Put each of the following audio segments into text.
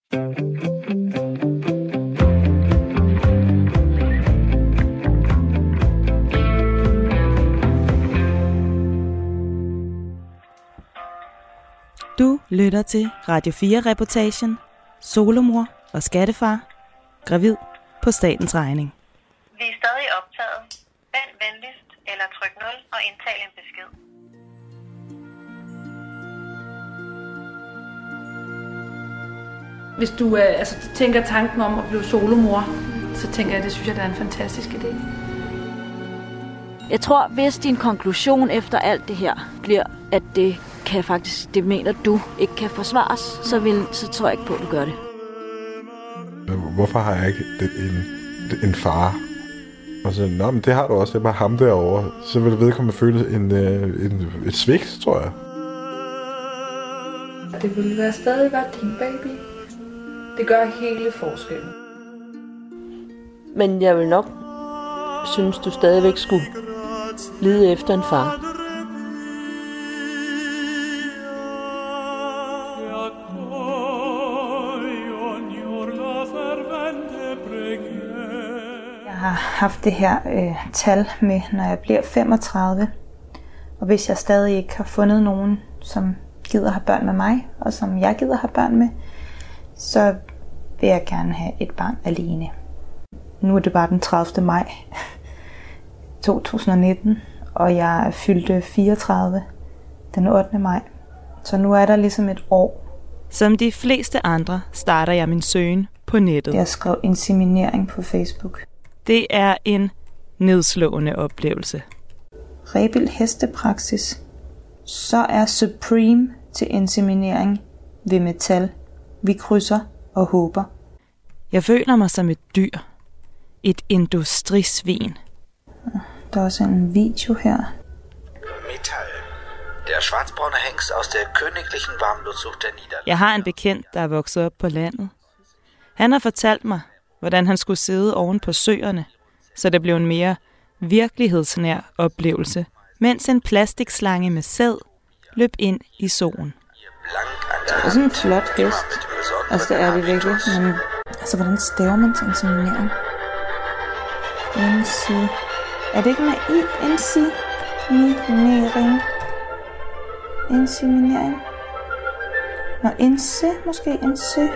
Du lytter til Radio 4-reportagen Solomor og skattefar, gravid på statens regning. Vi er stadig optaget. Vend venligst eller tryk 0 og indtal en besked. Hvis du tænker tanken om at blive solomor, så tænker jeg, det synes jeg, det er en fantastisk idé. Jeg tror, hvis din konklusion efter alt det her bliver, at det mener du ikke kan forsvares, så tror jeg ikke på, at du gør det. Hvorfor har jeg ikke en far? Og så, men det har du også, det er bare ham derovre. Så vil vedkommende føle et svigt, tror jeg. Det ville være stadig godt din baby. Det gør hele forskellen. Men jeg vil nok synes, du stadigvæk skulle lede efter en far. Jeg har haft det her tal med, når jeg bliver 35. Og hvis jeg stadig ikke har fundet nogen, som gider have børn med mig, og som jeg gider have børn med, så vil jeg gerne have et barn alene. Nu er det bare den 30. maj 2019, og jeg fyldte 34 den 8. maj. Så nu er der ligesom et år. Som de fleste andre starter jeg min søgen på nettet. Jeg skrev inseminering på Facebook. Det er en nedslående oplevelse. Rebild hestepraksis. Så er Supreme til inseminering ved metal. Vi krydser og håber. Jeg føler mig som et dyr. Et industrisvin. Der er også en video her. Metall. Der schwarzbraune Hengst aus der königlichen Warmblutzucht der Niederlande. Jeg har en bekendt, der er vokset op på landet. Han har fortalt mig, hvordan han skulle sidde oven på søerne, så det blev en mere virkelighedsnær oplevelse, mens en plastikslange med sæd løb ind i soen. Det er sådan en flot hest. Altså det er det virkelig. Men altså hvordan staver man til inseminering? Er det ikke med i? Inseminering. Inseminering. Nå, måske inse.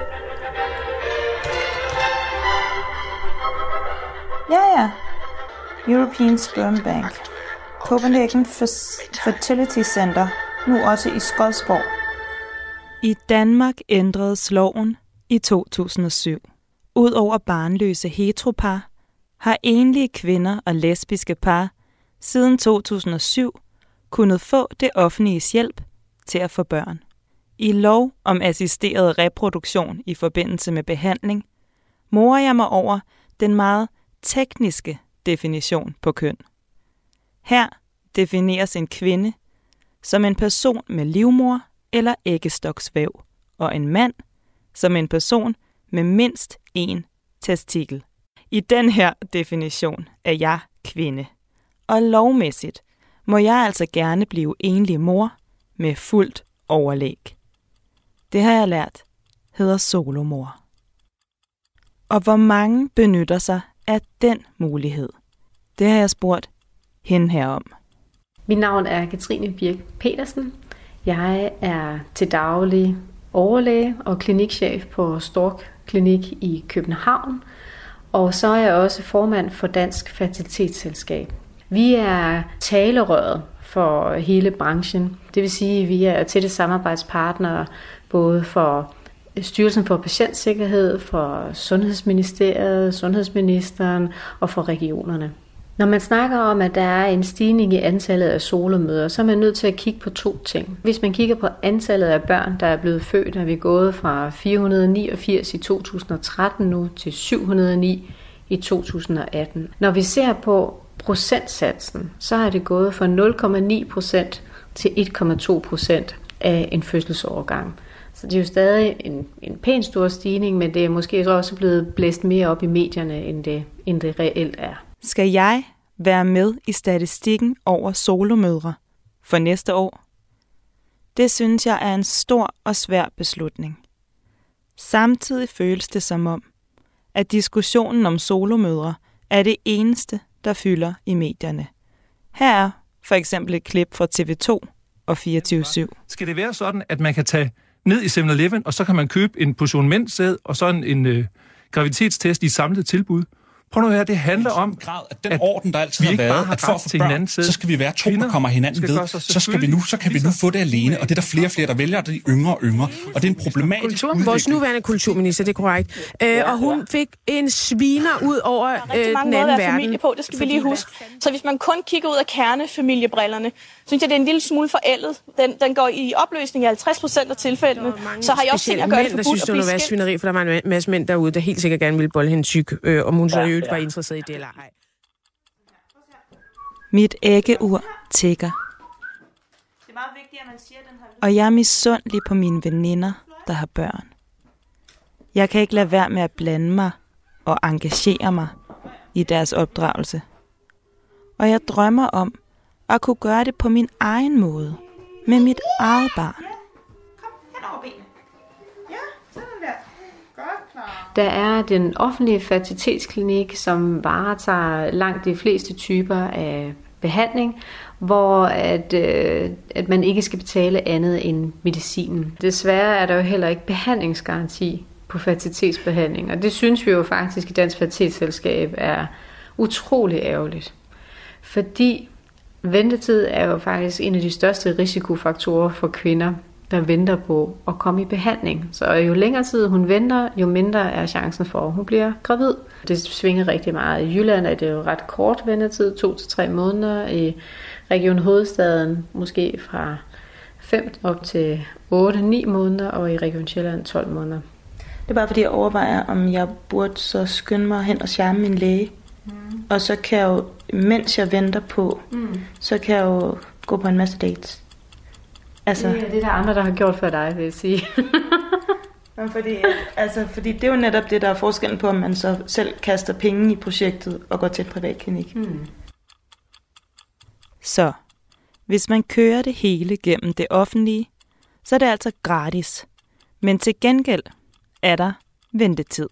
Ja. European Sperm Bank. Copenhagen Fertility Center. Nu også i Skodsborg. I Danmark ændredes loven i 2007. Udover barnløse heteropar, har enlige kvinder og lesbiske par siden 2007 kunnet få det offentliges hjælp til at få børn. I lov om assisteret reproduktion i forbindelse med behandling, morer jeg mig over den meget tekniske definition på køn. Her defineres en kvinde som en person med livmor eller æggestoksvæv, og en mand som en person med mindst én testikel. I den her definition er jeg kvinde, og lovmæssigt må jeg altså gerne blive enlig mor med fuldt overlæg. Det har jeg lært hedder solomor. Og hvor mange benytter sig af den mulighed? Det har jeg spurgt hende herom. Mit navn er Katrine Birk Petersen. Jeg er til daglig overlæge og klinikchef på Stork Klinik i København. Og så er jeg også formand for Dansk Fertilitetsselskab. Vi er talerøret for hele branchen. Det vil sige, at vi er tætte samarbejdspartnere både for Styrelsen for Patientsikkerhed, for Sundhedsministeriet, Sundhedsministeren og for regionerne. Når man snakker om, at der er en stigning i antallet af solomødre, så er man nødt til at kigge på to ting. Hvis man kigger på antallet af børn, der er blevet født, er vi gået fra 489 i 2013 nu til 709 i 2018. Når vi ser på procentsatsen, så er det gået fra 0,9% til 1,2% af en fødselsårgang. Så det er jo stadig en pæn stor stigning, men det er måske også blevet blæst mere op i medierne, end det reelt er. Skal jeg være med i statistikken over solomødre for næste år? Det synes jeg er en stor og svær beslutning. Samtidig føles det som om, at diskussionen om solomødre er det eneste, der fylder i medierne. Her er for eksempel et klip fra TV2 og 24/7. Skal det være sådan, at man kan tage ned i 7-Eleven, og så kan man købe en portion mændsæd og så en graviditetstest i et samlet tilbud? Prøv nu her, det handler om, den orden, der altid har været, at for at få børn, så skal vi være to, der kommer hinanden ved. Så kan vi nu få det alene, og det er der flere og flere, der vælger, og det er yngre og yngre. Og det er en problematisk udvikling. Vores nuværende kulturminister, det er korrekt. Og hun fik en sviner ud over den anden verden. Familie på, det skal vi lige huske. Så hvis man kun kigger ud af kernefamiliebrillerne, synes jeg, det er en lille smule forældet. Den går i opløsning i 50% af tilfældene. Så har jeg også tænkt at gøre det forbudt at blive skilt. Der synes, det var svineri, for der var en masse mænd derude, der helt sikkert gerne ville bolle hende tyk, om hun så var interesseret i det eller ej. Mit æggeur tikker. Og jeg er misundelig på mine veninder, der har børn. Jeg kan ikke lade være med at blande mig og engagere mig i deres opdragelse. Og jeg drømmer om at kunne gøre det på min egen måde, med mit eget barn. Der er den offentlige fertilitetsklinik, som varetager langt de fleste typer af behandling, hvor at man ikke skal betale andet end medicinen. Desværre er der jo heller ikke behandlingsgaranti på fertilitetsbehandling, og det synes vi jo faktisk i Dansk Fertilitetsselskab er utrolig ærgerligt. Fordi ventetid er jo faktisk en af de største risikofaktorer for kvinder, der venter på at komme i behandling. Så jo længere tid hun venter, jo mindre er chancen for, at hun bliver gravid. Det svinger rigtig meget. I Jylland er det jo ret kort ventetid, 2 til 3 måneder. I Region Hovedstaden måske fra 5 op til 8-9 måneder, og i Region Sjælland 12 måneder. Det er bare fordi, jeg overvejer, om jeg burde så skynde mig hen og charme min læge. Og så kan jeg jo, mens jeg venter på, så kan jeg jo gå på en masse dates. Altså, det er der andre, der har gjort før dig, vil jeg sige. fordi det er jo netop det, der er forskellen på, om man så selv kaster penge i projektet og går til en privatklinik. Så, hvis man kører det hele gennem det offentlige, så er det altså gratis. Men til gengæld er der ventetid.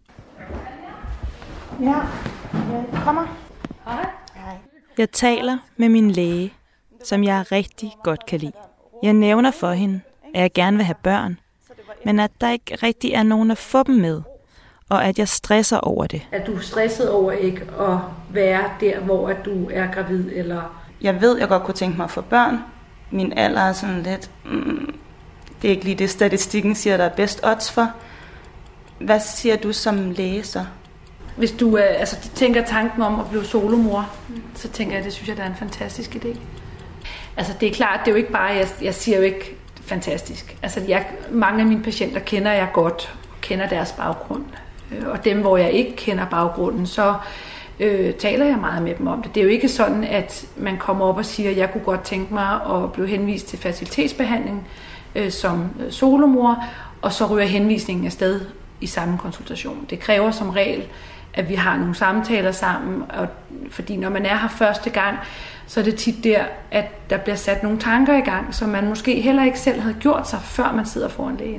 Ja, jeg kommer. Hej. Jeg taler med min læge, som jeg rigtig godt kan lide. Jeg nævner for hende, at jeg gerne vil have børn, men at der ikke rigtig er nogen at få dem med, og at jeg stresser over det. Er du stresset over ikke at være der, hvor at du er gravid? Eller? Jeg ved, jeg godt kunne tænke mig at få børn. Min alder er sådan lidt... det er ikke lige det, statistikken siger, der er bedst odds for. Hvad siger du som læge så? Hvis du tænker tanken om at blive solomor, så tænker jeg, det synes jeg, der er en fantastisk idé. Altså det er klart, det er jo ikke bare, jeg siger jo ikke fantastisk. Altså mange af mine patienter kender jeg godt, og kender deres baggrund. Og dem, hvor jeg ikke kender baggrunden, så taler jeg meget med dem om det. Det er jo ikke sådan, at man kommer op og siger, at jeg kunne godt tænke mig at blive henvist til fertilitetsbehandling som solomor, og så ryger henvisningen afsted i samme konsultation. Det kræver som regel, at vi har nogle samtaler sammen, og fordi når man er her første gang, så er det tit der, at der bliver sat nogle tanker i gang, som man måske heller ikke selv havde gjort sig, før man sidder foran lægen.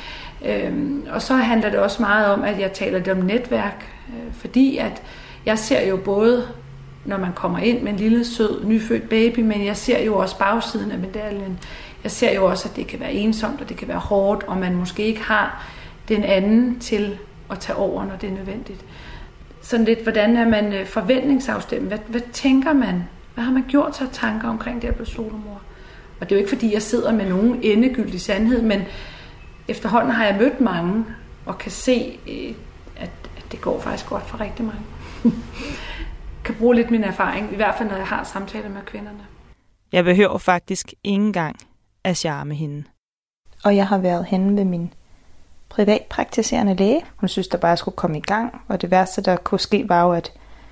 Og så handler det også meget om, at jeg taler lidt om netværk, fordi at jeg ser jo både, når man kommer ind med en lille, sød, nyfødt baby, men jeg ser jo også bagsiden af medaljen. Jeg ser jo også, at det kan være ensomt, og det kan være hårdt, og man måske ikke har den anden til at tage over, når det er nødvendigt. Sådan lidt, hvordan er man forventningsafstemt? Hvad tænker man? Hvad har man gjort sig tanker omkring det at blive solomor? Og det er jo ikke, fordi jeg sidder med nogen endegyldig sandhed, men efterhånden har jeg mødt mange, og kan se, at det går faktisk godt for rigtig mange. Kan bruge lidt min erfaring, i hvert fald når jeg har samtaler med kvinderne. Jeg behøver faktisk ikke engang at charme hende. Og jeg har været henne ved min privatpraktiserende læge. Hun synes, der bare skulle komme i gang, og det værste, der kunne ske, var jo, at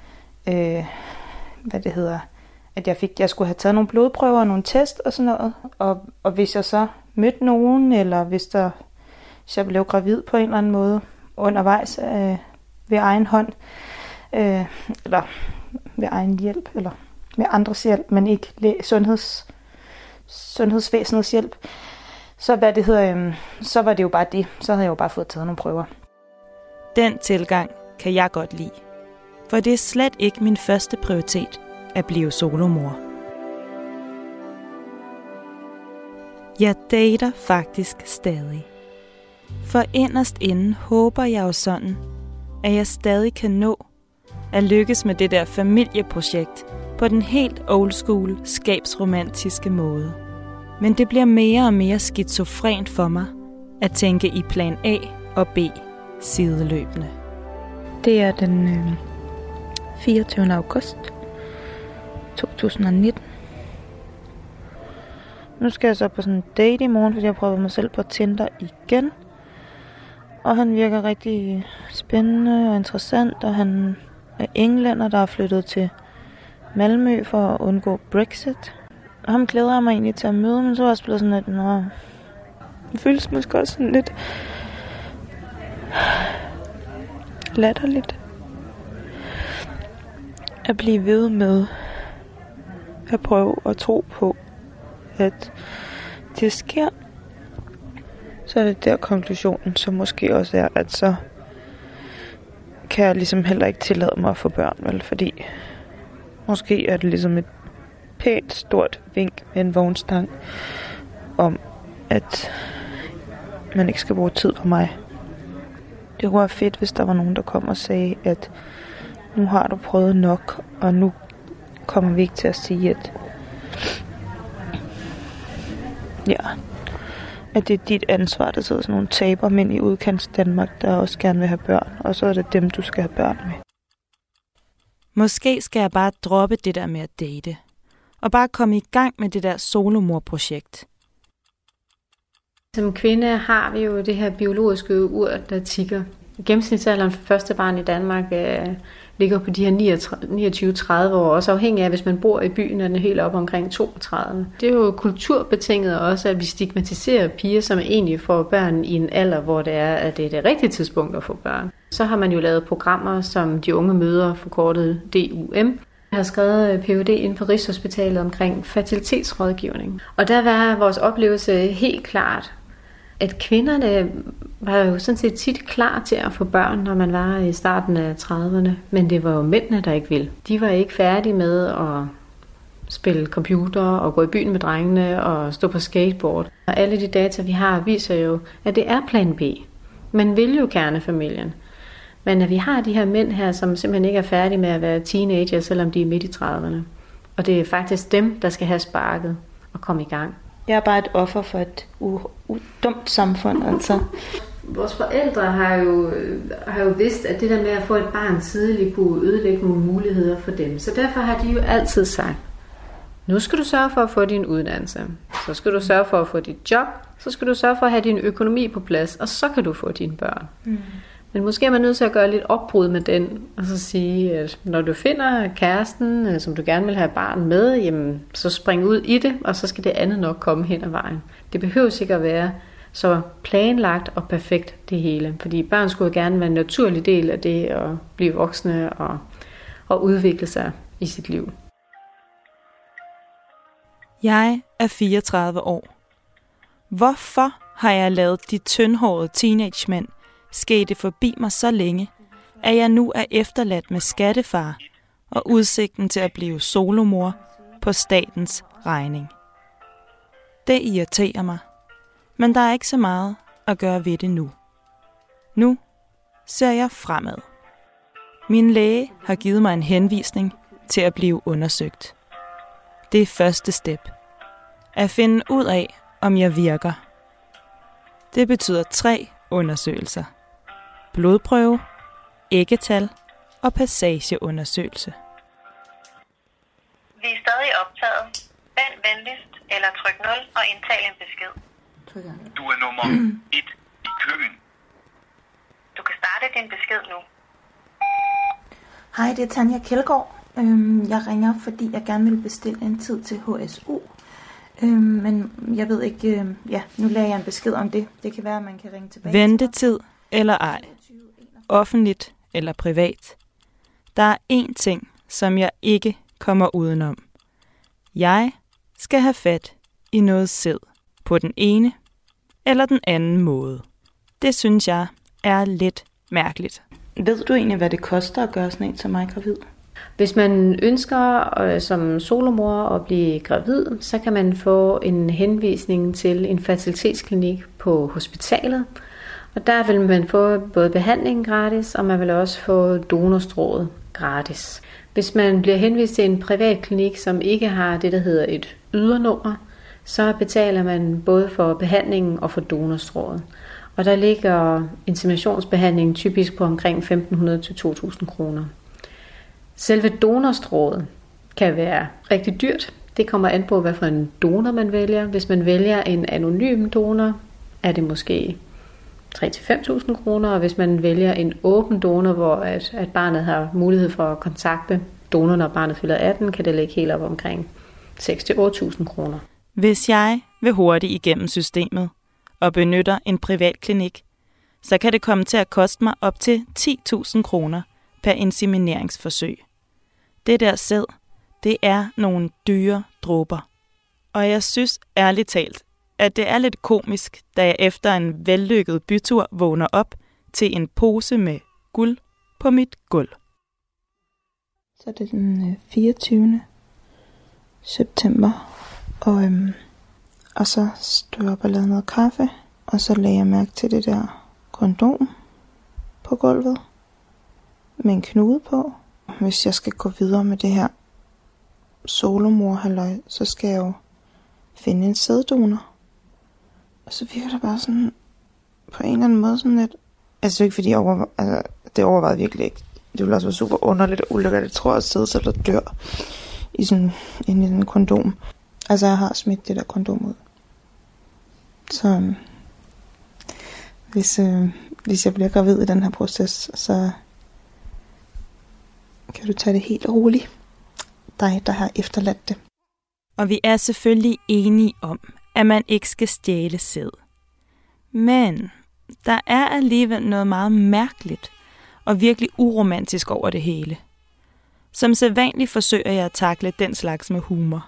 at jeg skulle have taget nogle blodprøver og nogle test og sådan noget. Og hvis jeg så mødte nogen, eller hvis jeg blev gravid på en eller anden måde undervejs ved egen hånd, eller ved egen hjælp, eller med andres hjælp, men ikke sundhedsvæsenets hjælp, så var det jo bare det. Så havde jeg jo bare fået taget nogle prøver. Den tilgang kan jeg godt lide. For det er slet ikke min første prioritet at blive solomor. Jeg dater faktisk stadig. For inderst inden håber jeg jo sådan, at jeg stadig kan nå at lykkes med det der familieprojekt på den helt old school, skabsromantiske måde. Men det bliver mere og mere skizofrent for mig at tænke i plan A og B sideløbende. Det er den 24. august 2019. Nu skal jeg så på sådan en date i morgen, fordi jeg prøver mig selv på Tinder igen. Og han virker rigtig spændende og interessant, og han er englænder, der er flyttet til Malmø for at undgå Brexit. Og ham glæder jeg mig egentlig til at møde, men så er jeg også blevet sådan lidt, det føles måske også sådan lidt latterligt at blive ved med at prøve at tro på, at det sker. Så er det der konklusionen, som måske også er, at så kan jeg ligesom heller ikke tillade mig at få børn, vel? Fordi måske er det ligesom et pænt stort vink med en vognstang om, at man ikke skal bruge tid på mig. Det kunne være fedt, hvis der var nogen, der kom og sagde, at nu har du prøvet nok, og nu kommer vi ikke til at sige, at at det er dit ansvar, der sidder sådan nogle tabermænd i udkants Danmark, der også gerne vil have børn, og så er det dem, du skal have børn med. Måske skal jeg bare droppe det der med at date, og bare komme i gang med det der solomor-projekt. Som kvinde har vi jo det her biologiske ur, der tikker. Gennemsnitsalderen for første barn i Danmark ligger på de her 29-30 år, også afhængig af, hvis man bor i byen, er den helt op omkring 32. Det er jo kulturbetinget også, at vi stigmatiserer piger, som egentlig får børn i en alder, hvor det er, at det er det rigtige tidspunkt at få børn. Så har man jo lavet programmer, som De Unge Mødre, forkortet DUM. Jeg har skrevet Ph.D. inden på Rigshospitalet omkring fertilitetsrådgivning. Og der var vores oplevelse helt klart, at kvinderne var jo sådan set tit klar til at få børn, når man var i starten af 30'erne. Men det var jo mændene, der ikke ville. De var ikke færdige med at spille computer og gå i byen med drengene og stå på skateboard. Og alle de data, vi har, viser jo, at det er plan B. Man vil jo kernefamilien. Men at vi har de her mænd her, som simpelthen ikke er færdige med at være teenager, selvom de er midt i 30'erne. Og det er faktisk dem, der skal have sparket og komme i gang. Jeg er bare et offer for et dumt samfund, altså. Vores forældre har jo vidst, at det der med at få et barn tidligt kunne ødelægge nogle muligheder for dem. Så derfor har de jo altid sagt, nu skal du sørge for at få din uddannelse. Så skal du sørge for at få dit job. Så skal du sørge for at have din økonomi på plads, og så kan du få dine børn. Mm. Men måske er man nødt til at gøre lidt opbrud med den, og så sige, at når du finder kæresten, som du gerne vil have barn med, jamen, så spring ud i det, og så skal det andet nok komme hen ad vejen. Det behøver ikke at være så planlagt og perfekt det hele, fordi børn skulle gerne være en naturlig del af det at blive voksne og udvikle sig i sit liv. Jeg er 34 år. Hvorfor har jeg ladet de tyndhårede teenagemænd skete forbi mig så længe, at jeg nu er efterladt med skattefar og udsigten til at blive solomor på statens regning? Det irriterer mig, men der er ikke så meget at gøre ved det nu. Nu ser jeg fremad. Min læge har givet mig en henvisning til at blive undersøgt. Det er første step. At finde ud af, om jeg virker. Det betyder 3 undersøgelser. Blodprøve, æggetal og passageundersøgelse. Vi er stadig optaget. Vend venligst eller tryk 0 og indtal en besked. Du er nummer 1 i køen. Du kan starte din besked nu. Hej, det er Tanja Kjeldgaard. Jeg ringer, fordi jeg gerne vil bestille en tid til HSU. Men jeg ved ikke, nu lader jeg en besked om det. Det kan være, at man kan ringe tilbage. Ventetid eller ej. Offentligt eller privat. Der er én ting, som jeg ikke kommer udenom. Jeg skal have fat i noget sæd på den ene eller den anden måde. Det synes jeg er lidt mærkeligt. Ved du egentlig, hvad det koster at gøre sådan en som mig gravid? Hvis man ønsker som solomor at blive gravid, så kan man få en henvisning til en fertilitetsklinik på hospitalet. Og der vil man få både behandling gratis, og man vil også få donorstrået gratis. Hvis man bliver henvist til en privat klinik, som ikke har det, der hedder et ydernummer, så betaler man både for behandlingen og for donorstrået. Og der ligger inseminationsbehandlingen typisk på omkring 1.500 til 2.000 kroner. Selve donorstrået kan være rigtig dyrt. Det kommer an på, hvad for en donor man vælger. Hvis man vælger en anonym donor, er det måske 3.000-5.000 kroner, og hvis man vælger en åben donor, hvor at barnet har mulighed for at kontakte donoren, når barnet fylder 18, kan det ligge helt op omkring 6.000-8.000 kroner. Hvis jeg vil hurtigt igennem systemet og benytter en privat klinik, så kan det komme til at koste mig op til 10.000 kroner per insemineringsforsøg. Det der sæd, det er nogle dyre dråber. Og jeg synes ærligt talt, at det er lidt komisk, da jeg efter en vellykket bytur vågner op til en pose med guld på mit gulv. Så er det den 24. september, og så stod jeg op og lavede noget kaffe, og så lagde jeg mærke til det der kondom på gulvet med en knude på. Hvis jeg skal gå videre med det her solomor-halløj, så skal jeg jo finde en sæddonor. Og så virker det bare sådan, på en eller anden måde sådan lidt, altså ikke fordi det overvejede virkelig ikke. Det ville også være super underligt og ulækkert, jeg tror, at sædceller dør i sådan en kondom. Altså jeg har smidt det der kondom ud. Så hvis jeg bliver gravid i den her proces, så kan du tage det helt roligt. Dig, der har efterladt det. Og vi er selvfølgelig enige om, at man ikke skal stjæle sæd. Men der er alligevel noget meget mærkeligt og virkelig uromantisk over det hele. Som sædvanligt forsøger jeg at takle den slags med humor.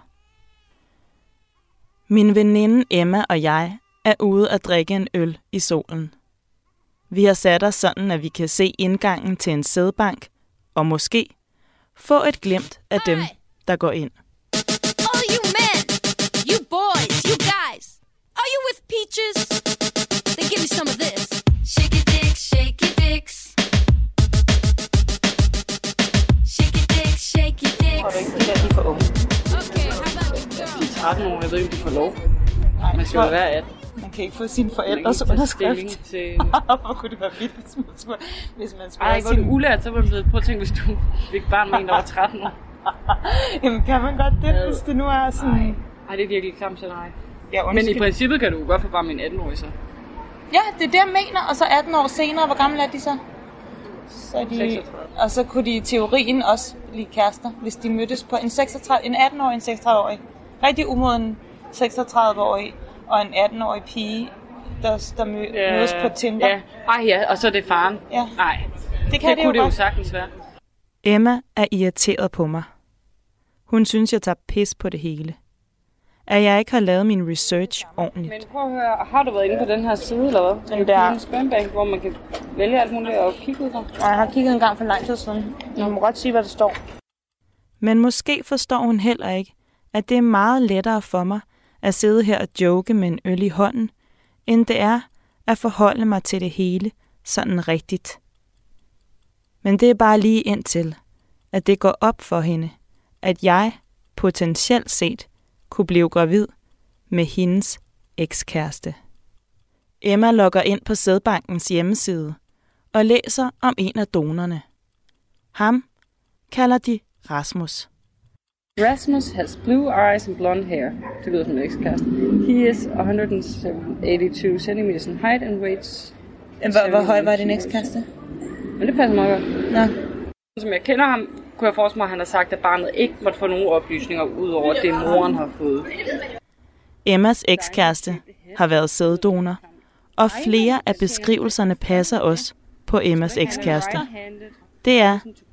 Min veninde Emma og jeg er ude at drikke en øl i solen. Vi har sat os sådan, at vi kan se indgangen til en sædbank, og måske få et glimt af dem, der går ind. All you men, you boys, you guys, are you with peaches? Then give me some of this. Shake your dicks, shake your dicks. Shake your dicks, shake your dicks. Tror du ikke, det er de for unge? Okay, how about you girls? De er 13 år, jeg ved ikke, om de får lov. Man skal jo være 18. Man kan ikke få sine forældres underskrift. Hvor kunne det være vildt, hvis man skulle have sin... Ej, hvor du ulært, så var du blevet... Prøv at tænke, hvis du fik barn med en, der var 13 år. Jamen, kan man godt det, hvis det nu er sådan... Ej, det er virkelig klamt til dig. Ja, men i princippet kan du godt få barn med en 18-årig så. Ja, det er det, jeg mener. Og så 18 år senere, hvor gamle er de så? Og så kunne de i teorien også blive kærester, hvis de mødtes på en 18-årig og en 36-årig. Rigtig umoden 36-årig og en 18-årig pige, der mødes på Tinder. Ja. Ej ja, og så er det faren. Ja. Nej, det kunne det jo sagtens være. Emma er irriteret på mig. Hun synes, jeg tager pis på det hele. At jeg ikke har lavet min research ordentligt. Men prøv at høre, har du været inde på den her side, eller hvad? Den der spambank, hvor man kan vælge alt muligt og kigge ud der? Nej, jeg har kigget en gang for lang tid siden. Jeg må godt sige, hvad der står. Men måske forstår hun heller ikke, at det er meget lettere for mig at sidde her og joke med en øl i hånden, end det er at forholde mig til det hele sådan rigtigt. Men det er bare lige indtil, at det går op for hende, at jeg potentielt set kunne blive gravid med hendes ekskæreste. Emma logger ind på sædbankens hjemmeside og læser om en af donorerne. Ham kalder de Rasmus. Rasmus has blue eyes and blonde hair. Det lyder som en ekskæreste. He is 182 centimeters in height and weighs... Hvor høj var din ekskæreste? Men det passer meget godt. Ja. Som jeg kender ham, kunne jeg forestille mig, at han har sagt, at barnet ikke måtte få nogen oplysninger ud over det, moren har fået. Emmas ekskæreste har været sæddonor, og flere af beskrivelserne passer også på Emmas ekskæreste. Det er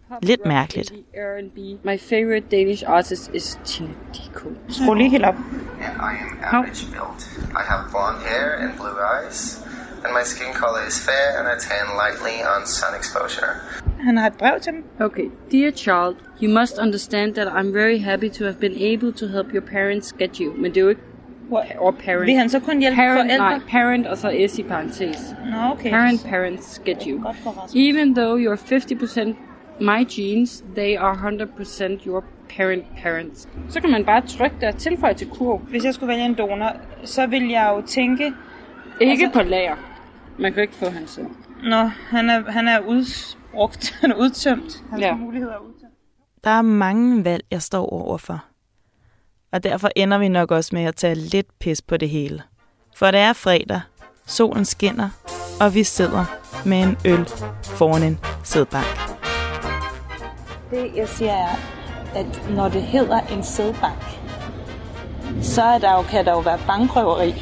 lidt mærkeligt. My favorite Danish artist is Tina Dicko. Skru lige helt op. And I am average built. I have blonde hair and blue eyes. And my skin color is fair and I tan lightly on sun exposure. Han har et brev til dem. Okay. Dear child, you must understand that I'm very happy to have been able to help your parents get you. Men det er jo ikke... Or parent. Vil han så kun hjælpe forældre? Nej, parent og så S i parentes. Nå, okay. Parents get you. Even though you're 50% my genes, they are 100% your parents. Så kan man bare trykke der og tilføje til kurv. Hvis jeg skulle vælge en donor, så vil jeg jo tænke... Ikke på lager. Man kan ikke få hans søn. Nå, han er udsbrugt. Han er udtømt. Hans muligheder er udtømt. Der er mange valg, jeg står overfor. Og derfor ender vi nok også med at tage lidt pis på det hele. For det er fredag, solen skinner, og vi sidder med en øl foran en sædbank. Det jeg siger er, at når det hedder en sædbank, så er der jo, kan der jo være bankrøveri.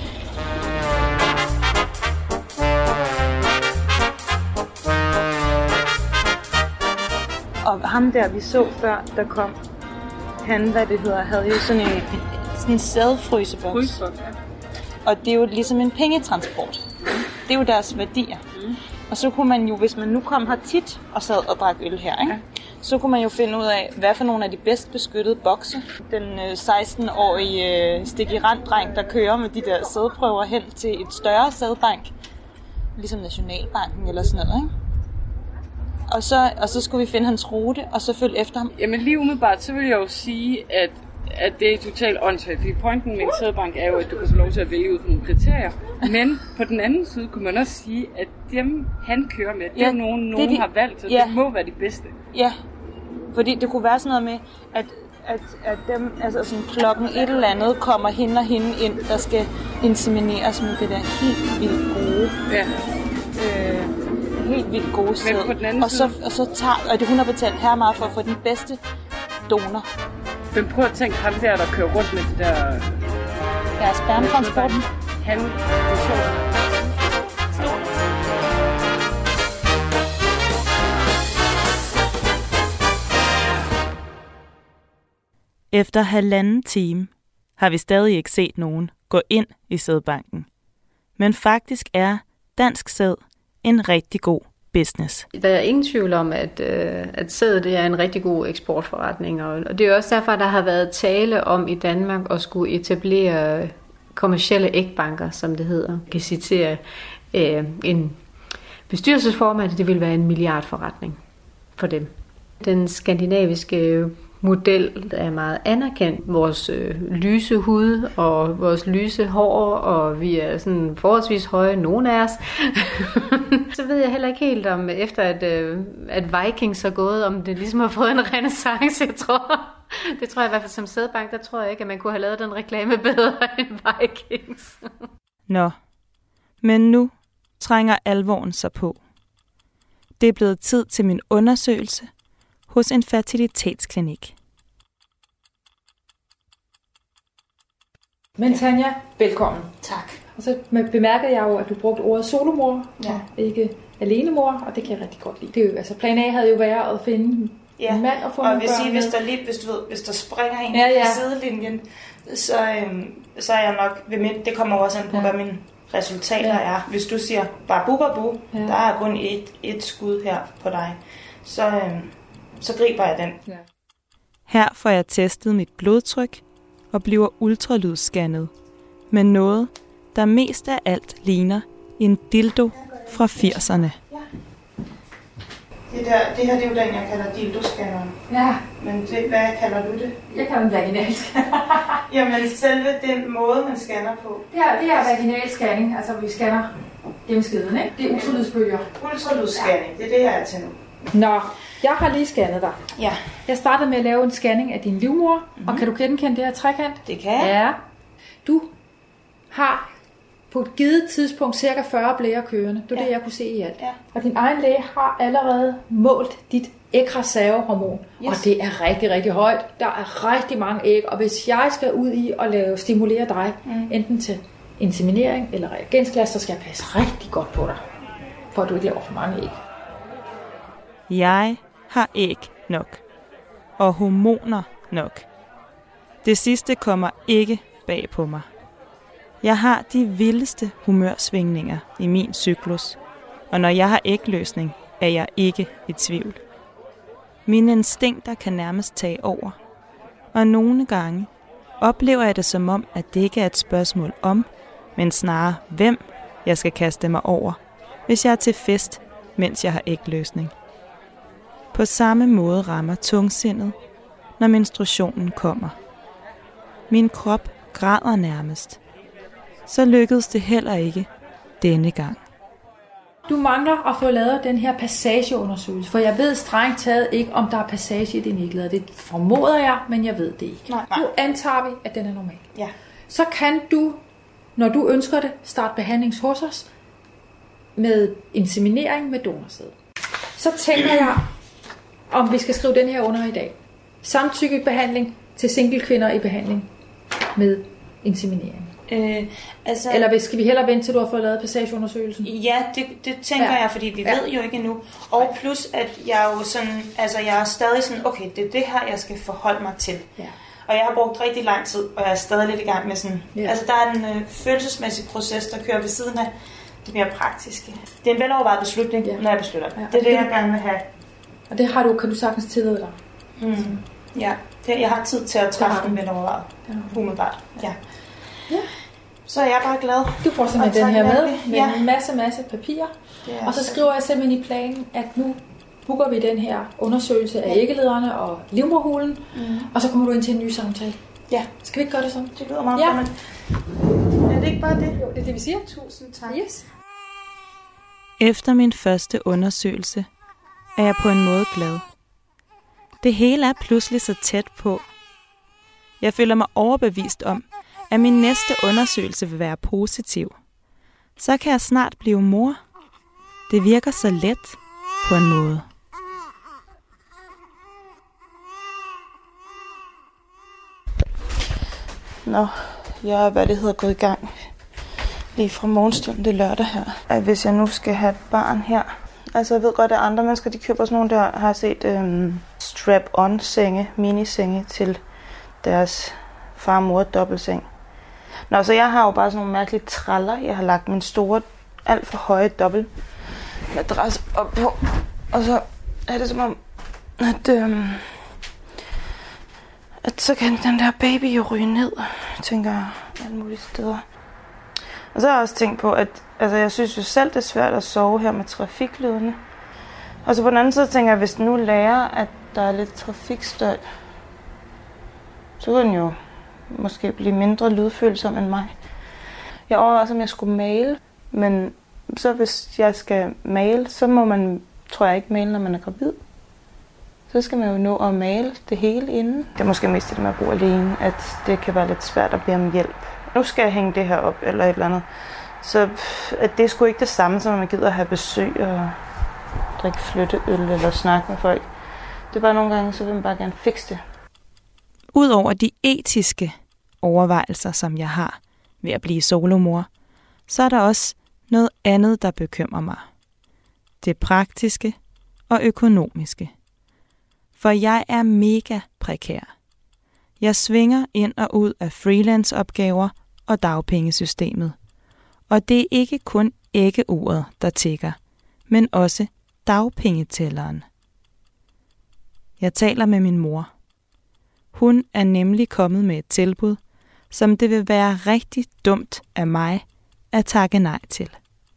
Og ham der, vi så før, der kom, han, havde jo sådan en sædfryseboks. Og det er jo ligesom en pengetransport. Det er jo deres værdier. Og så kunne man jo, hvis man nu kom her tit og sad og drak øl her, ikke? Så kunne man jo finde ud af, hvad for nogle af de bedst beskyttede bokse. Den 16-årige Stik-i-Rand-dreng, der kører med de der sædprøver hen til et større sædbank. Ligesom Nationalbanken eller sådan noget, ikke? Og så skulle vi finde hans rute, og så følge efter ham. Jamen lige umiddelbart, så vil jeg jo sige, at det er totalt åndssvagt. Fordi pointen med en sædbank er jo, at du kan få lov til at vælge ud fra nogle kriterier. Men på den anden side kunne man også sige, at dem han kører med, det er nogen har valgt, så det må være de bedste. Ja, fordi det kunne være sådan noget med, at dem, altså sådan klokken et eller andet, kommer hende og hende ind, der skal insemineres med det der helt vildt gode. Ja. Helt vildt gode sæd. Og så tager, og det hun har betalt her meget for at få den bedste donor. Men prøv at tænke ham der kører rundt med det der... Ja, spermtransporten. Han, det er sjovt. Efter 1,5 time har vi stadig ikke set nogen gå ind i sædbanken. Men faktisk er dansk sæd en rigtig god business. Der er ingen tvivl om, at sæd det er en rigtig god eksportforretning, og det er også derfor, der har været tale om i Danmark at skulle etablere kommercielle ægbanker, som det hedder. Jeg kan citere en bestyrelsesformand, det vil være en milliardforretning for dem. Den skandinaviske model er meget anerkendt. Vores lyse hud og vores lyse hår, og vi er sådan forholdsvis høje, nogle af os. Så ved jeg heller ikke helt om, efter at Vikings er gået, om det ligesom har fået en renaissance, jeg tror. Det tror jeg i hvert fald som sædbank, der tror jeg ikke, at man kunne have lavet den reklame bedre end Vikings. Nå, men nu trænger alvoren sig på. Det er blevet tid til min undersøgelse hos en fertilitetsklinik. Men Tanja, velkommen. Tak. Og så bemærkede jeg jo, at du brugte ordet solomor, og ikke alenemor, og det kan jeg rigtig godt lide. Det er jo, altså plan A havde jo været at finde en mand og få nogle børn. Og hvis der springer en på sidelinjen, så er jeg nok ved mit. Det kommer også an på, hvad mine resultater er. Hvis du siger babu, der er kun et skud her på dig, så griber jeg den. Ja. Her får jeg testet mit blodtryk og bliver ultralydsscannet med noget, der mest af alt ligner en dildo fra 80'erne. Det her det er jo den, jeg kalder dildo-scanneren. Ja. Men hvad kalder du det? Jeg kalder den vaginalscanner. Jamen selve den måde, man scanner på. Det er vaginalscanning, altså vi scanner gennem skeden, ikke? Det er ultralydsbølger. Ultralydsscanning, det er det, jeg er til nu. Nå, jeg har lige scannet dig. Ja. Jeg startede med at lave en scanning af din livmor, og kan du genkende det her trekant? Det kan jeg. Ja. Du har på et givet tidspunkt cirka 40 blære kørende. Det er det, jeg kunne se i alt. Ja. Og din egen læge har allerede målt dit ægreservehormon. Yes. Og det er rigtig, rigtig højt. Der er rigtig mange æg, og hvis jeg skal ud i at stimulere dig, enten til inseminering eller reagensglas, så skal jeg passe rigtig godt på dig, for at du ikke laver for mange æg. Jeg har æg nok. Og hormoner nok. Det sidste kommer ikke bag på mig. Jeg har de vildeste humørsvingninger i min cyklus, og når jeg har ægløsning, er jeg ikke i tvivl. Mine instinkter kan nærmest tage over, og nogle gange oplever jeg det som om, at det ikke er et spørgsmål om, men snarere hvem jeg skal kaste mig over, hvis jeg er til fest, mens jeg har ægløsning. På samme måde rammer tungsindet, når menstruationen kommer. Min krop græder nærmest. Så lykkedes det heller ikke denne gang. Du mangler at få lavet den her passageundersøgelse, for jeg ved strengt taget ikke, om der er passage i din ægleder. Det formoder jeg, men jeg ved det ikke. Nej. Nu antager vi, at den er normal. Ja. Så kan du, når du ønsker det, starte behandling hos os med inseminering med donorsæd. Så tænker jeg, om vi skal skrive den her under i dag. Samtykkebehandling til single-kvinder i behandling med inseminering. Eller skal vi hellere vente til du har fået lavet passageundersøgelsen? Ja, det tænker jeg, fordi vi ved jo ikke endnu. Og plus at jeg jo sådan, altså jeg er stadig sådan, okay, det er det her, jeg skal forholde mig til. Ja. Og jeg har brugt rigtig lang tid, og jeg er stadig lidt i gang med sådan, altså der er en følelsesmæssig proces, der kører ved siden af det mere praktiske. Det er en velovervejet beslutning, når jeg beslutter. Ja. Det er det, jeg gerne vil have. Og det kan du sagtens tillade dig. Mm. Ja, jeg har tid til at træffe den velovervejet. Umiddelbart. Ja. Så er jeg bare glad. Du får simpelthen den her med en masse papir. Og så skriver jeg simpelthen i planen, at nu booker vi den her undersøgelse af æggelederne og livmoderhulen, og så kommer du ind til en ny samtale. Ja. Skal vi ikke gøre det sådan? Det lyder meget fornemt. Er det ikke bare det? Jo, det er det, vi siger. Tusind tak. Yes. Efter min første undersøgelse er jeg på en måde glad. Det hele er pludselig så tæt på. Jeg føler mig overbevist om, at min næste undersøgelse vil være positiv. Så kan jeg snart blive mor. Det virker så let på en måde. Nå, jeg er gået i gang lige fra morgenstunden, det lørdag her. At hvis jeg nu skal have et barn her, altså jeg ved godt, at andre mennesker, de køber sådan nogle, der har set strap-on-senge, minisenge til deres far og mor dobbeltseng. Nå, så jeg har jo bare sådan nogle mærkelige traller. Jeg har lagt min store, alt for høje dobbeltmadras op på. Og så er det som om, at så kan den der baby jo ryge ned, tænker jeg, alle mulige steder. Og så har jeg også tænkt på, at altså, jeg synes jo selv, det er svært at sove her med trafiklydene. Og så på den anden side tænker jeg, hvis den nu lærer, at der er lidt trafikstøj, så kan den jo måske blive mindre lydfølsom end mig. Jeg overvejer også, om jeg skulle male, men så hvis jeg skal male, så må man, tror jeg ikke, male, når man er gravid. Så skal man jo nå at male det hele inden. Det er måske mest det med at bo alene, at det kan være lidt svært at bede om hjælp. Nu skal jeg hænge det her op, eller et eller andet. Så at det er sgu ikke det samme, som at man gider at have besøg og drikke flytteøl eller snakke med folk. Det er bare nogle gange, så vil man bare gerne fikse det. Udover de etiske overvejelser, som jeg har ved at blive solomor, så er der også noget andet, der bekymrer mig. Det praktiske og økonomiske. For jeg er mega prekær. Jeg svinger ind og ud af freelance-opgaver og dagpengesystemet. Og det er ikke kun æggeuret, der tikker, men også dagpengetælleren. Jeg taler med min mor. Hun er nemlig kommet med et tilbud, som det vil være rigtig dumt af mig at takke nej til.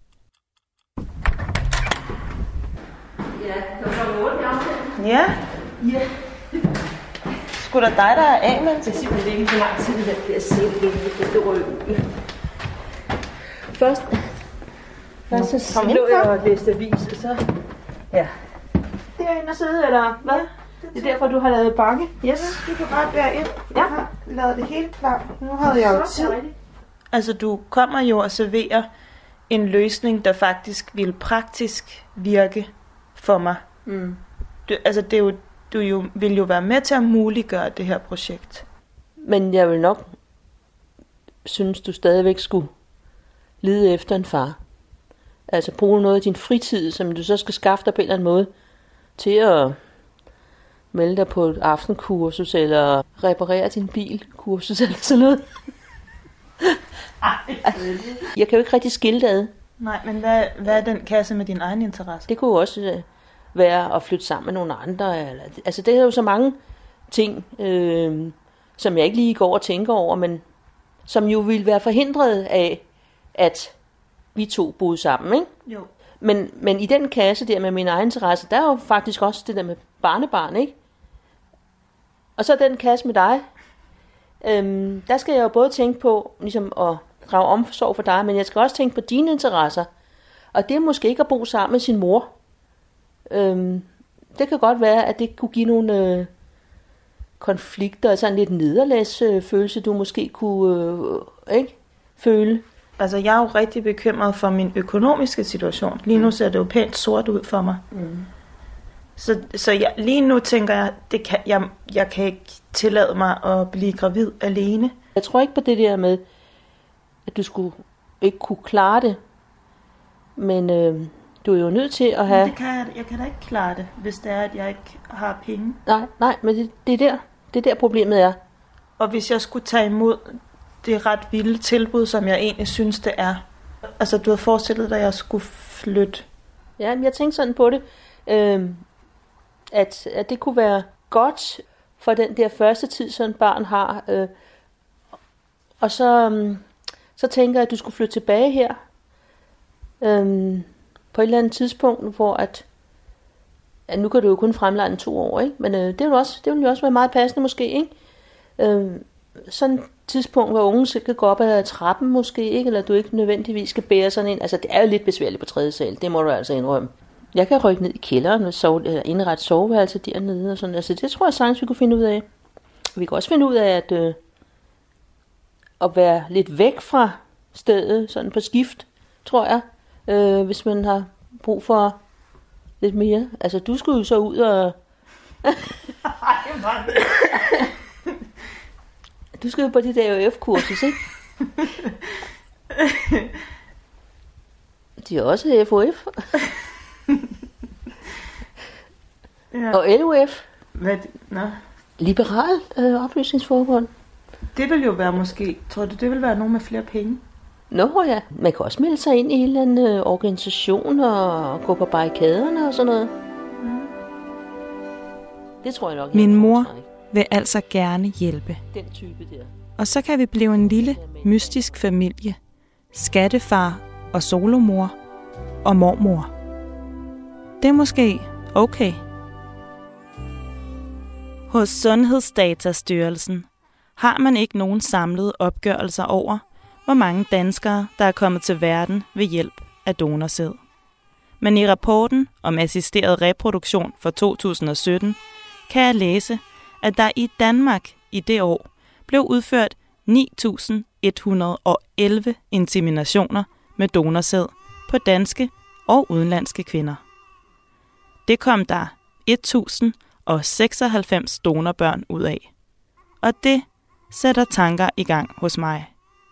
Ja, det var 8 aften. Ja. Ja. Sgu da dig, der er af, men det er simpelthen ikke så lang tid, det der selv det røde. Først så lå jeg og læste avis, og så... Ja. Derinde og sidde, eller hvad? Ja, det er derfor, du har lavet bakke. Yes, du kan bare bære ind. Jeg har lavet det helt klart. Nu havde jeg jo tid. Altså, du kommer jo og serverer en løsning, der faktisk vil praktisk virke for mig. Mm. Du vil jo være med til at muliggøre det her projekt. Men jeg vil nok synes, du stadigvæk skulle lede efter en far. Altså bruge noget af din fritid, som du så skal skaffe dig på en eller anden måde, til melde dig på et aftenkursus, eller reparere din bilkursus, eller sådan noget. Jeg kan jo ikke rigtig skille det ad. Nej, men hvad er den kasse med din egen interesse? Det kunne også være at flytte sammen med nogle andre. Altså, det er jo så mange ting, som jeg ikke lige går og tænker over, men som jo ville være forhindret af, at vi to boede sammen, ikke? Jo. Men i den kasse der med min egen interesse, der er jo faktisk også det der med barnebarn, ikke? Og så den kasse med dig, der skal jeg jo både tænke på ligesom at drage omsorg for dig, men jeg skal også tænke på dine interesser. Og det er måske ikke at bo sammen med sin mor. Det kan godt være, at det kunne give nogle konflikter, altså en lidt nederlagsfølelse, du måske kunne ikke føle. Altså, jeg er jo rigtig bekymret for min økonomiske situation. Lige nu ser det jo pænt sort ud for mig. Så lige nu tænker jeg, jeg kan ikke tillade mig at blive gravid alene. Jeg tror ikke på det der med, at du skulle ikke kunne klare det. Men du er jo nødt til at have... Jeg kan da ikke klare det, hvis det er, at jeg ikke har penge. Nej, men det er der problemet er. Og hvis jeg skulle tage imod det ret vilde tilbud, som jeg egentlig synes, det er. Altså, du havde forestillet dig, at jeg skulle flytte. Ja, jeg tænkte sådan på det, at det kunne være godt for den der første tid, sådan et barn har. Og så tænker jeg, at du skulle flytte tilbage her. På et eller andet tidspunkt, hvor at nu kan du jo kun fremleje 2 år, ikke? Men det vil jo også være meget passende måske, ikke? Sådan et tidspunkt, hvor unge selv kan gå op ad trappen måske, ikke? Eller du ikke nødvendigvis skal bære sådan en. Altså, det er jo lidt besværligt på 3. sal, det må du altså indrømme. Jeg kan rykke ned i kælderen og indrette soveværelse dernede og sådan. Altså, det tror jeg sagtens, vi kunne finde ud af. Vi kan også finde ud af at være lidt væk fra stedet, sådan på skift, tror jeg. Hvis man har brug for lidt mere. Altså, du skulle jo så ud og... Du skal jo på det der AUF-kursus, ikke? De er også FOF. Ja. Og LUF. Hvad? Nå. Liberal oplysningsforbund. Det vil jo være måske... Tror du, det vil være nogen med flere penge? Nå ja, man kan også melde sig ind i en eller anden organisation og gå på barrikaderne og sådan noget. Det tror jeg nok. Min mor vil altså gerne hjælpe. Den type der. Og så kan vi blive en lille, mystisk familie. Skattefar og solomor og mormor. Det er måske okay. Hos Sundhedsdatastyrelsen har man ikke nogen samlede opgørelser over, hvor mange danskere, der er kommet til verden ved hjælp af donorsæd. Men i rapporten om assisteret reproduktion for 2017 kan jeg læse, at der i Danmark i det år blev udført 9.111 inseminationer med donorsæd på danske og udenlandske kvinder. Det kom der 1.096 donorbørn ud af. Og det sætter tanker i gang hos mig.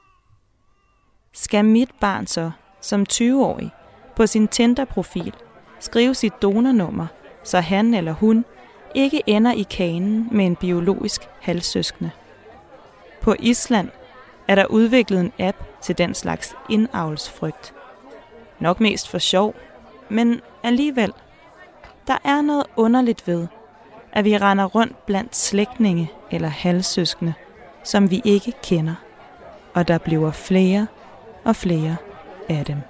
Skal mit barn så, som 20-årig, på sin Tinder-profil skrive sit donornummer, så han eller hun ikke ender i kanen med en biologisk halvsøskende? På Island er der udviklet en app til den slags indavlsfrygt. Nok mest for sjov, men alligevel. Der er noget underligt ved, at vi render rundt blandt slægtninge eller halvsøskende, som vi ikke kender, og der bliver flere og flere af dem.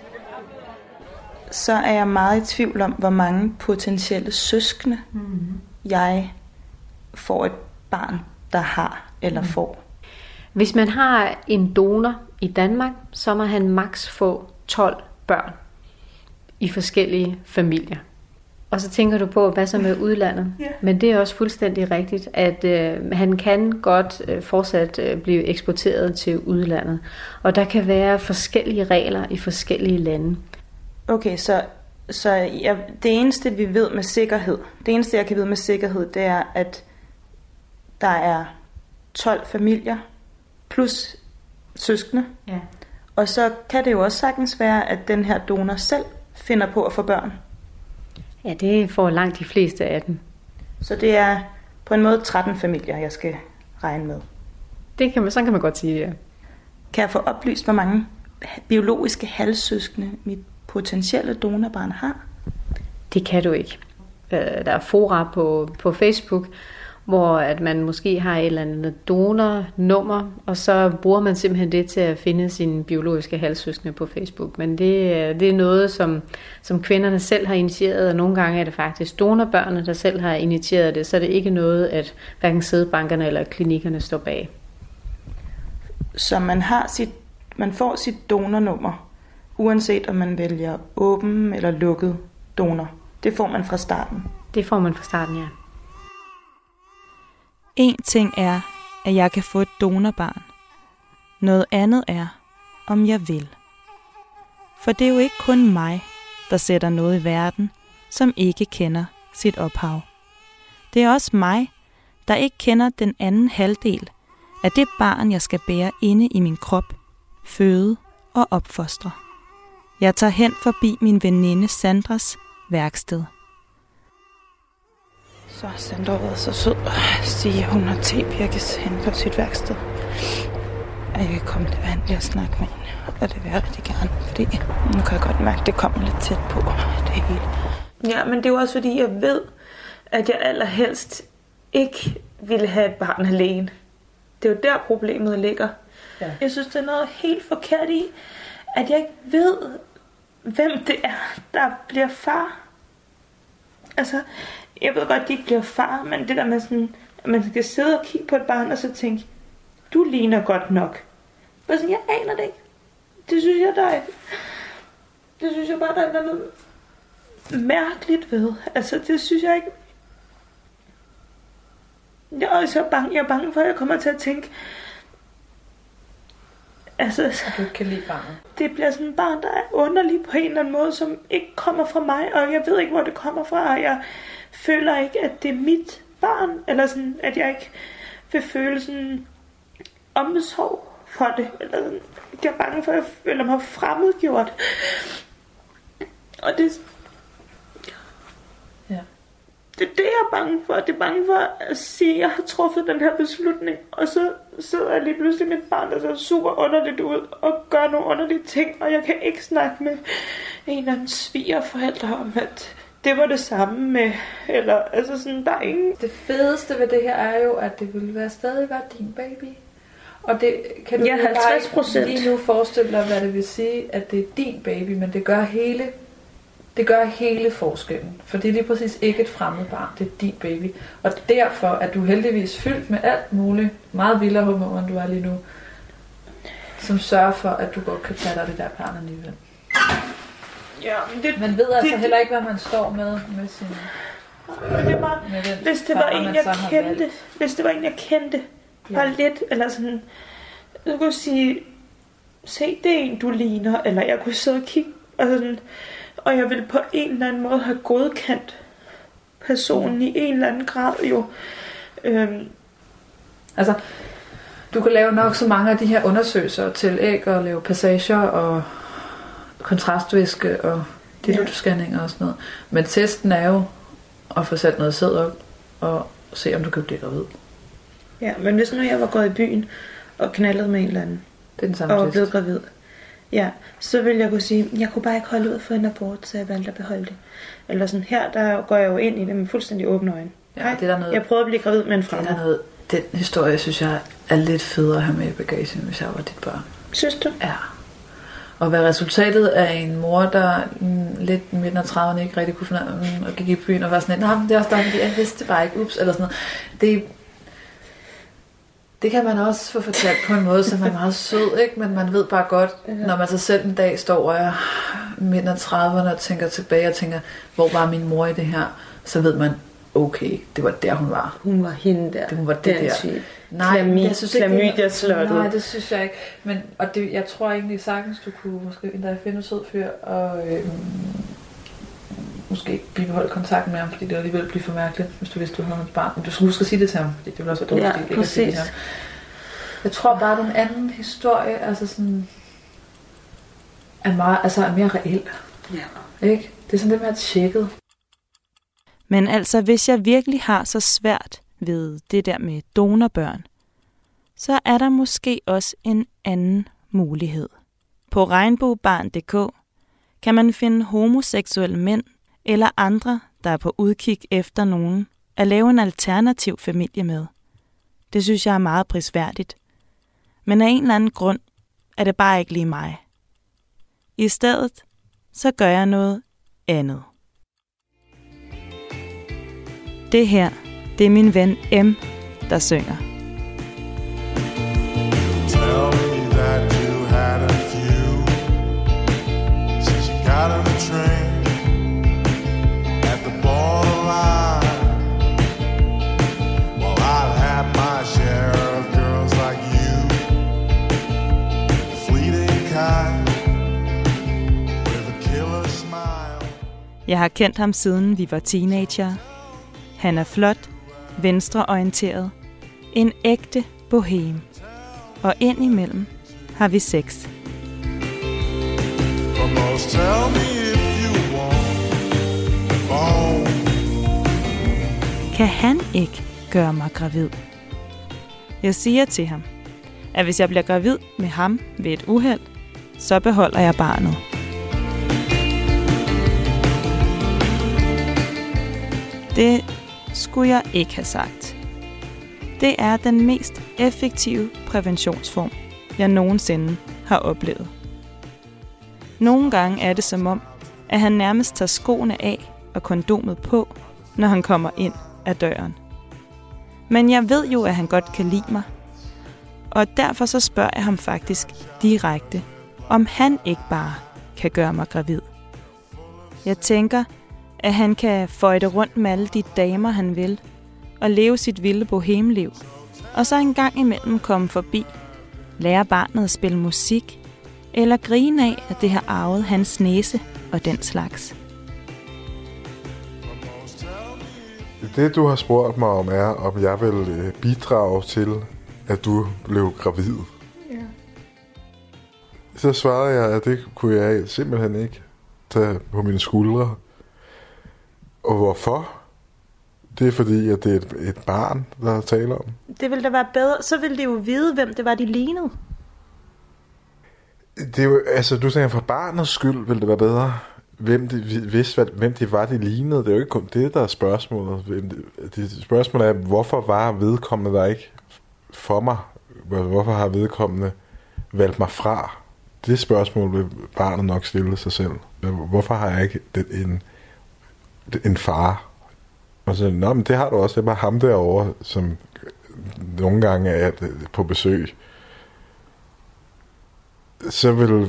Så er jeg meget i tvivl om, hvor mange potentielle søskende jeg får et barn, der har eller får. Hvis man har en donor i Danmark, så må han maks få 12 børn i forskellige familier. Og så tænker du på, hvad så med udlandet. Yeah. Men det er også fuldstændig rigtigt, at han kan godt fortsat blive eksporteret til udlandet. Og der kan være forskellige regler i forskellige lande. Okay, så det eneste vi ved med sikkerhed, det eneste jeg kan vide med sikkerhed, det er, at der er 12 familier plus søskende. Ja. Og så kan det jo også sagtens være, at den her donor selv finder på at få børn. Ja, det får langt de fleste af dem. Så det er på en måde 13 familier, jeg skal regne med. Sådan kan man godt sige, ja. Kan jeg få oplyst, hvor mange biologiske halvsøskende mit potentielle donorbarn har? Det kan du ikke. Der er fora på Facebook, hvor at man måske har et eller andet donornummer, og så bruger man simpelthen det til at finde sine biologiske halvsøskende på Facebook. Men det er noget, som kvinderne selv har initieret, og nogle gange er det faktisk donorbørnene, der selv har initieret det, så det er ikke noget, at hverken sædbankerne eller klinikkerne står bag. Så man får sit donornummer, uanset om man vælger åben eller lukket donor. Det får man fra starten. Det får man fra starten, ja. En ting er, at jeg kan få et donorbarn. Noget andet er, om jeg vil. For det er jo ikke kun mig, der sætter noget i verden, som ikke kender sit ophav. Det er også mig, der ikke kender den anden halvdel af det barn, jeg skal bære inde i min krop, føde og opfostre. Jeg tager hen forbi min veninde Sandras værksted. Så har Sandra været så sød at sige, at hun har tebirkes hen på sit værksted. Og jeg kan komme lidt vanligt og snakke med hende. Og det vil jeg rigtig gerne, fordi nu kan jeg godt mærke, at det kommer lidt tæt på det hele. Ja, men det er jo også fordi, jeg ved, at jeg allerhelst ikke ville have et barn alene. Det er jo der problemet ligger. Ja. Jeg synes, det er noget helt forkert i, at jeg ikke ved, hvem det er, der bliver far. Altså, jeg ved godt, at de ikke bliver far, men det der med sådan, at man skal sidde og kigge på et barn, og så tænke, du ligner godt nok. Men sådan, jeg aner det ikke. Det synes jeg, det synes jeg bare, der er noget mærkeligt ved. Altså, det synes jeg ikke. Jeg er bange for, at jeg kommer til at tænke, altså, du ikke kan lide barnet. Det bliver sådan et barn, der er underlig på en eller anden måde, som ikke kommer fra mig, og jeg ved ikke, hvor det kommer fra, og jeg føler ikke, at det er mit barn, eller sådan, at jeg ikke vil føle sådan omsorg for det, eller sådan, jeg er bange for, at jeg føler mig fremmedgjort. Og det er det, jeg er bange for. Det er bange for at sige, at jeg har truffet den her beslutning, og så sidder jeg lige pludselig med et barn, der ser super underligt ud, og gør nogle underlige ting, og jeg kan ikke snakke med en eller anden svigerforælder om, at det var det samme med, eller altså sådan, der er ingen... Det fedeste ved det her er jo, at det ville stadig være din baby. Og det kan du 50% lige nu forestille dig, hvad det vil sige, at det er din baby, men det gør hele forskellen. For det er lige præcis ikke et fremmed barn, det er din baby. Og derfor er du heldigvis fyldt med alt muligt, meget vildere hormoner, end du er lige nu, som sørger for, at du godt kan tage dig det der barn alligevel. Ja, men man ved altså heller ikke, hvad man står med sin... Men det var, hvis det var en, jeg kendte, bare lidt, eller sådan, så kunne jeg sige, se, det er en, du ligner, eller jeg kunne sidde og kigge, og jeg ville på en eller anden måde have godkendt personen i en eller anden grad, jo. Altså, du kan lave nok så mange af de her undersøgelser til æg, og lave passager, og kontrastvæske, og dilutoscanninger og sådan noget. Men testen er jo at få sat noget sæd op, og se, om du kan blive gravid. Ja, men hvis nu jeg var gået i byen, og knaldet med en eller anden, det er den samme og blevet gravid, ja, så ville jeg kunne sige, jeg kunne bare ikke holde ud for en abort, så jeg valgte at beholde det. Eller sådan, her der går jeg jo ind i det med fuldstændig åbne øjne. Ja, det er der noget, jeg prøvede at blive gravid med en fremmed. Den historie, synes jeg, er lidt federe at have med i bagagen, hvis jeg var dit barn. Synes du? Ja. Og hvad resultatet af en mor, der lidt midten af 30'erne ikke rigtig kunne finde og gik i byen og var sådan, nej, det er også der, fordi jeg vidste det bare ikke, ups, eller sådan noget. Det kan man også få fortalt på en måde, som er meget sød, ikke? Men man ved bare godt, når man så selv en dag står og er midten af 30'erne og tænker tilbage og tænker, hvor var min mor i det her? Så ved man, okay, det var der hun var. Hun var hende der. Hun var det der. Syg. Nej, jeg synes ikke, nej, det synes jeg ikke. Men, og det, jeg tror egentlig sagtens, du kunne måske endda finde en sød fyr og måske ikke bibeholde kontakten med ham, fordi det ville alligevel blive for mærkeligt, hvis du vidste, du havde et barn. Men du skulle huske at sige det til ham, fordi det ville også være dårligt, ikke at sige det til ham. Jeg tror bare, den anden historie, altså sådan, er mere reel. Ja. Ikke? Det er sådan lidt mere tjekket. Men altså, hvis jeg virkelig har så svært ved det der med donorbørn, så er der måske også en anden mulighed. På regnbuebarn.dk kan man finde homoseksuelle mænd eller andre, der er på udkig efter nogen, at lave en alternativ familie med. Det synes jeg er meget prisværdigt. Men af en eller anden grund er det bare ikke lige mig. I stedet så gør jeg noget andet. Det her, det er min ven M, der synger. Tell me that you had a few since you got on the train at the borderline. Well, I've had my share of girls like you, fleeting kind with a killer smile. Jeg har kendt ham siden vi var teenager. Han er flot, venstreorienteret, en ægte bohem. Og indimellem har vi sex. Kan han ikke gøre mig gravid? Jeg siger til ham, at hvis jeg bliver gravid med ham ved et uheld, så beholder jeg barnet. Det skulle jeg ikke have sagt. Det er den mest effektive præventionsform, jeg nogensinde har oplevet. Nogle gange er det som om, at han nærmest tager skoene af og kondomet på, når han kommer ind ad døren. Men jeg ved jo, at han godt kan lide mig. Og derfor så spørger jeg ham faktisk direkte, om han ikke bare kan gøre mig gravid. Jeg tænker, at han kan føjte rundt med alle de damer, han vil, og leve sit vilde bohemeliv, og så en gang imellem komme forbi, lære barnet at spille musik, eller grine af, at det har arvet hans næse og den slags. Det, du har spurgt mig om, er, om jeg vil bidrage til, at du blev gravid. Ja. Så svarede jeg, at det kunne jeg simpelthen ikke tage på mine skuldre. Og hvorfor? Det er fordi, at det er et barn, der taler om. Det ville da være bedre. Så ville de jo vide, hvem det var, de lignede. Det er jo, altså, du tænker, for barnets skyld ville det være bedre, hvem de var, de lignede. Det er jo ikke kun det, der er spørgsmålet. Spørgsmålet er, hvorfor var vedkommende der ikke for mig? Hvorfor har vedkommende valgt mig fra? Det spørgsmål vil barnet nok stille sig selv. Hvorfor har jeg ikke en far? Og så, nå, men det har du også. Det er bare ham derovre, som nogle gange er på besøg. Så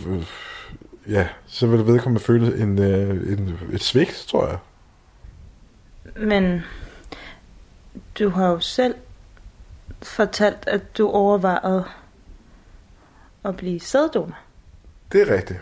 vil vedkommende føle et svigt, tror jeg. Men du har jo selv fortalt, at du overvejede at blive sæddonor. Det er rigtigt.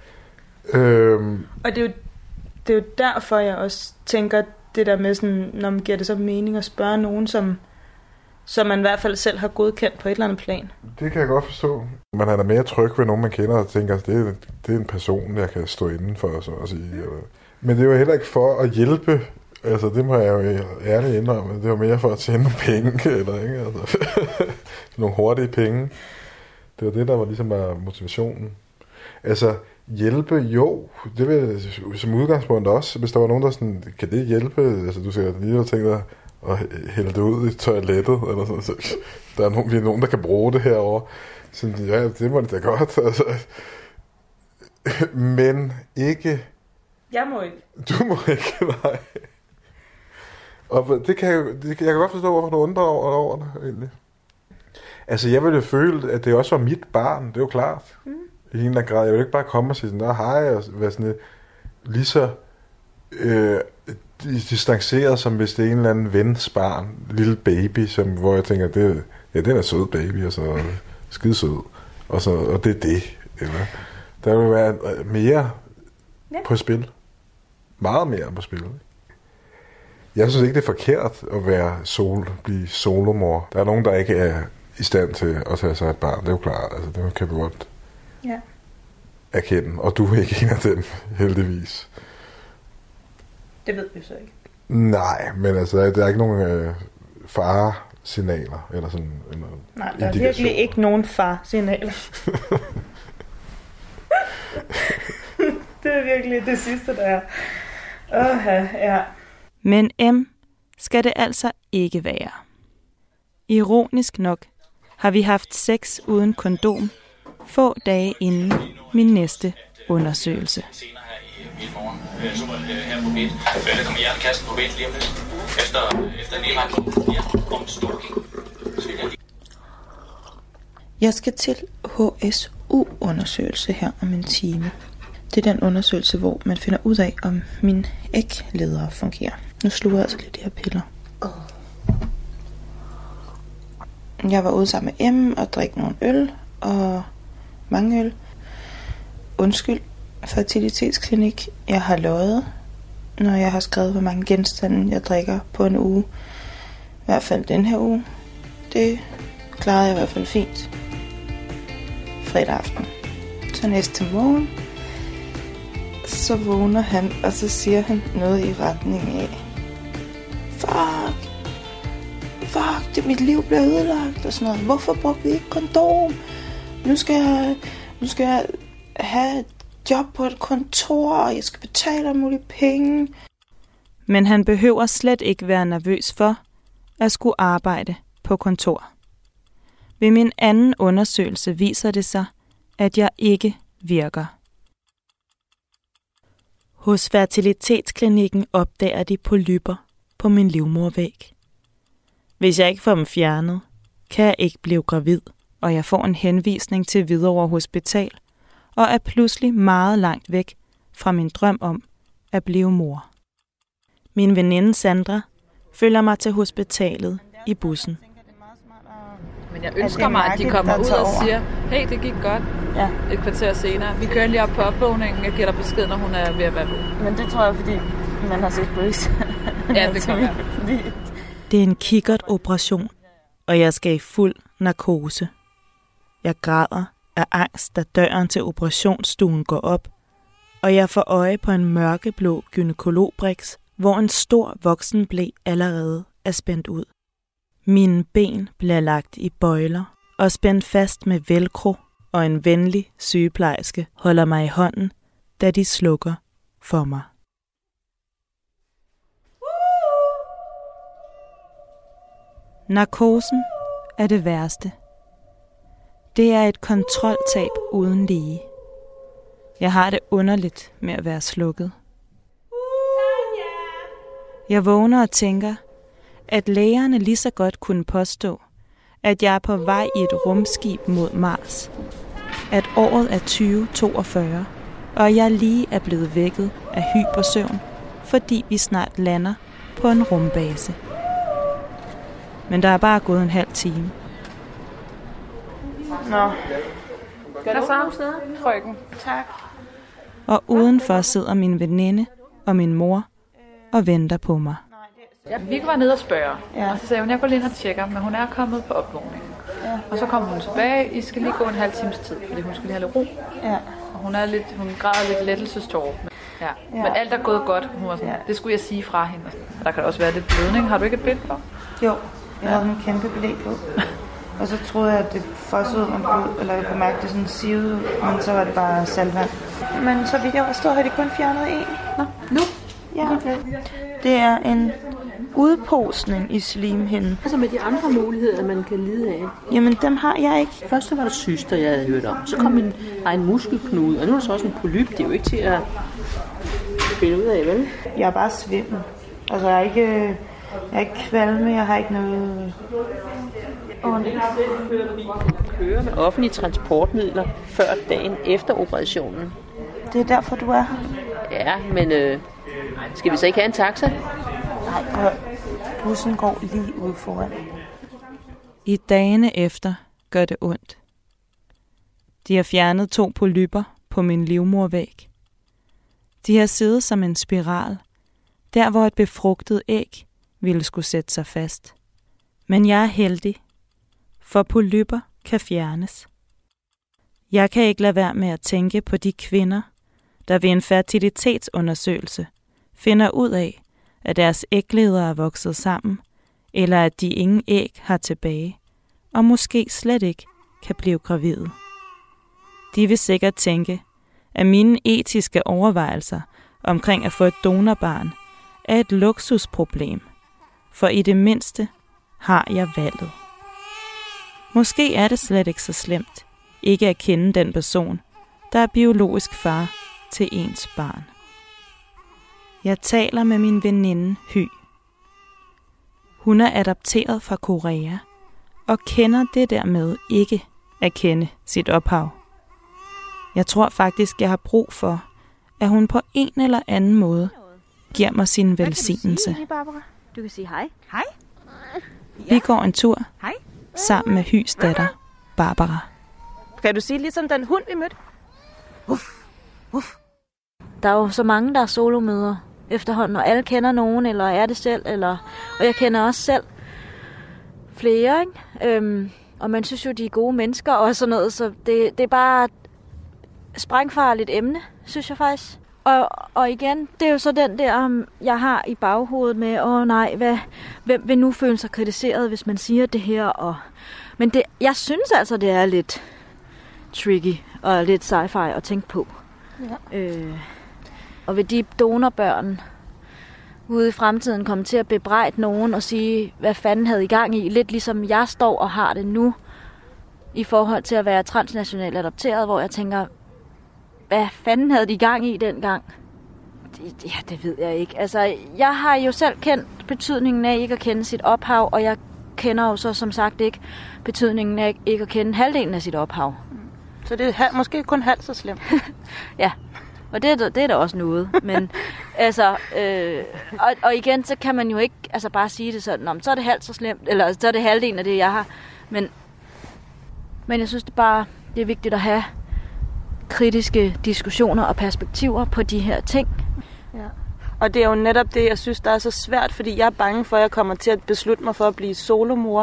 Og det er jo derfor, jeg også tænker, det der med sådan, når man giver det så mening at spørge nogen, som man i hvert fald selv har godkendt på et eller andet plan. Det kan jeg godt forstå. Man er da mere tryg ved nogen, man kender, og tænker, at det er en person, jeg kan stå inden for, så at sige. Men det var heller ikke for at hjælpe. Altså, det må jeg jo ærligt indrømme. Det var mere for at tjene nogle penge, eller ikke? Altså, nogle hurtige penge. Det var det, der var ligesom motivationen. Altså, hjælpe, jo, det vil som udgangspunkt også. Hvis der var nogen, der sådan, kan det hjælpe? Altså, du siger, lige har tænkt dig at hælde det ud i toilettet, eller sådan. Så der er nogen, der kan bruge det herovre. Så ja, det må det da godt. Altså. Men ikke... Jeg må ikke. Du må ikke, nej. Og jeg kan godt forstå, hvorfor du undrer over det, egentlig. Altså, jeg ville jo føle, at det også var mit barn, det er jo klart. I en eller anden grad. Jeg ville ikke bare komme og sige sådan, hej, og være sådan lige så distanceret, som hvis det er en eller anden vens barn, lille baby, hvor jeg tænker, den er sød baby, og så skide sød, og det er det. Eller? Der vil være mere på spil. Meget mere på spil. Ikke? Jeg synes ikke, det er forkert at blive solomor. Der er nogen, der ikke er i stand til at tage sig et barn. Det er jo klart. Altså, det kan vi godt erkende. Og du er ikke en af dem, heldigvis. Det ved vi så ikke. Nej, men altså, der er ikke nogen faresignaler eller sådan. Eller nej, der er virkelig ikke nogen faresignaler. Det er virkelig det sidste, der er. Ja. Men M skal det altså ikke være. Ironisk nok har vi haft sex uden kondom få dage inden min næste undersøgelse. Senere her i morgen, så her på BIT. Der kommer hjernekassen på BIT lige om lidt. Efter en indretning om stalking. Jeg skal til HSU-undersøgelse her om en time. Det er den undersøgelse, hvor man finder ud af, om min ægleder fungerer. Nu sluger jeg altså lidt de her piller. Jeg var ude sammen med M og drikke nogle øl og mange øl. Undskyld, fertilitetsklinik. Jeg har løjet, når jeg har skrevet, hvor mange genstande jeg drikker på en uge. I hvert fald den her uge. Det klarede jeg i hvert fald fint. Fredag aften. Så næste morgen, så vågner han, og så siger han noget i retning af: Fuck, det mit liv bliver ødelagt og sådan noget. Hvorfor brugte vi ikke kondom? Nu skal jeg have et job på et kontor, og jeg skal betale alle mulige penge. Men han behøver slet ikke være nervøs for at skulle arbejde på kontor. Ved min anden undersøgelse viser det sig, at jeg ikke virker. Hos fertilitetsklinikken opdager de polypper på min livmodervæg. Hvis jeg ikke får dem fjernet, kan jeg ikke blive gravid, og jeg får en henvisning til Hvidovre Hospital, og er pludselig meget langt væk fra min drøm om at blive mor. Min veninde Sandra følger mig til hospitalet i bussen. Men jeg ønsker mig, at de kommer ud og siger, hey, det gik godt. Ja. Et kvarter senere. Vi kører lige op på opvågningen. Jeg giver dig besked, når hun er ved at være ved. Men det tror jeg, fordi man har set Bruce. Ja, det kan være. Det er en kikkertoperation, og jeg skal i fuld narkose. Jeg græder af angst, da døren til operationsstuen går op, og jeg får øje på en mørkeblå gynekologbriks, hvor en stor voksen ble allerede er spændt ud. Mine ben bliver lagt i bøjler og spændt fast med velcro, og en venlig sygeplejerske holder mig i hånden, da de slukker for mig. Narkosen er det værste. Det er et kontroltab uden lige. Jeg har det underligt med at være slukket. Jeg vågner og tænker, at lægerne lige så godt kunne påstå, at jeg er på vej i et rumskib mod Mars. At året er 2042, og jeg lige er blevet vækket af hypersøvn, fordi vi snart lander på en rumbase. Men der er bare gået en halv time. Nå. Gør du så, frøken? Tak. Og udenfor sidder min veninde og min mor og venter på mig. Ja, vi var nede og spørge, og så sagde hun, jeg går lige ind og tjekker, men hun er kommet på opvågningen. Ja. Og så kom hun tilbage, I skal lige gå en halv times tid, fordi hun skal lige have lidt ro. Ja. Og hun græder lidt lettelsestårer. Ja. Men alt er gået godt. Hun var sådan, det skulle jeg sige fra hende. Og der kan også være lidt blødning. Har du ikke et bind på? Jo, jeg havde en kæmpe belæg på. Og så troede jeg, at det fossede ud med blod, eller jeg kunne mærke, at det sådan sivede ud, men så var det bare saltvand. Men så vidt jeg forstår, har de kun fjernet en. Nå, nu? Ja, okay. Det er en udposning i slimhinden. Altså med de andre muligheder, man kan lide af? Jamen, dem har jeg ikke. Først var det cyster, jeg havde hørt om. Så kom en egen muskelknude, og nu er der så også en polyp. Det er jo ikke til at finde ud af, vel? Jeg er bare svimmel. Altså, jeg er ikke kvalme, jeg har ikke noget... Kører med offentlige transportmidler før dagen efter operationen. Det er derfor, du er her. Ja, men skal vi så ikke have en taxa? Nej, bussen går lige ude foran. I dagene efter gør det ondt. De har fjernet 2 polypper på min livmodervæg. De har siddet som en spiral, der hvor et befrugtet æg ville skulle sætte sig fast. Men jeg er heldig, for polypper kan fjernes. Jeg kan ikke lade være med at tænke på de kvinder, der ved en fertilitetsundersøgelse finder ud af, at deres ægledere er vokset sammen, eller at de ingen æg har tilbage, og måske slet ikke kan blive gravide. De vil sikkert tænke, at mine etiske overvejelser omkring at få et donorbarn er et luksusproblem, for i det mindste har jeg valget. Måske er det slet ikke så slemt ikke at kende den person, der er biologisk far til ens barn. Jeg taler med min veninde Hy. Hun er adopteret fra Korea og kender det der med ikke at kende sit ophav. Jeg tror faktisk, jeg har brug for, at hun på en eller anden måde giver mig sin velsignelse. Du kan sige hej. Hej. Vi går en tur sammen med Hys datter, Barbara. Kan du sige ligesom den hund, vi mødte? Uff. Uff. Der er jo så mange, der er solomødre efterhånden, og alle kender nogen, eller er det selv, og jeg kender også selv flere, ikke? Og man synes jo, de er gode mennesker og sådan noget, så det er bare et sprængfarligt emne, synes jeg faktisk. Og igen, det er jo så den der, jeg har i baghovedet med, nej, hvem vil nu føle sig kritiseret, hvis man siger det her? Men jeg synes altså, det er lidt tricky og lidt sci-fi at tænke på. Ja. Og vil de donorbørn ude i fremtiden komme til at bebrejde nogen og sige, hvad fanden havde I gang i? Lidt ligesom jeg står og har det nu, i forhold til at være transnationalt adopteret, hvor jeg tænker, hvad fanden havde de gang i dengang? Det ved jeg ikke. Altså, jeg har jo selv kendt betydningen af ikke at kende sit ophav, og jeg kender jo så som sagt ikke betydningen af ikke at kende halvdelen af sit ophav. Så det er måske kun halvt så slemt. Ja, og det er da også noget. Men altså, og igen, så kan man jo ikke altså bare sige det sådan, så er det halvt så slemt, eller så er det halvdelen af det, jeg har. Men jeg synes det er vigtigt at have kritiske diskussioner og perspektiver på de her ting. Ja. Og det er jo netop det, jeg synes, der er så svært, fordi jeg er bange for, at jeg kommer til at beslutte mig for at blive solomor,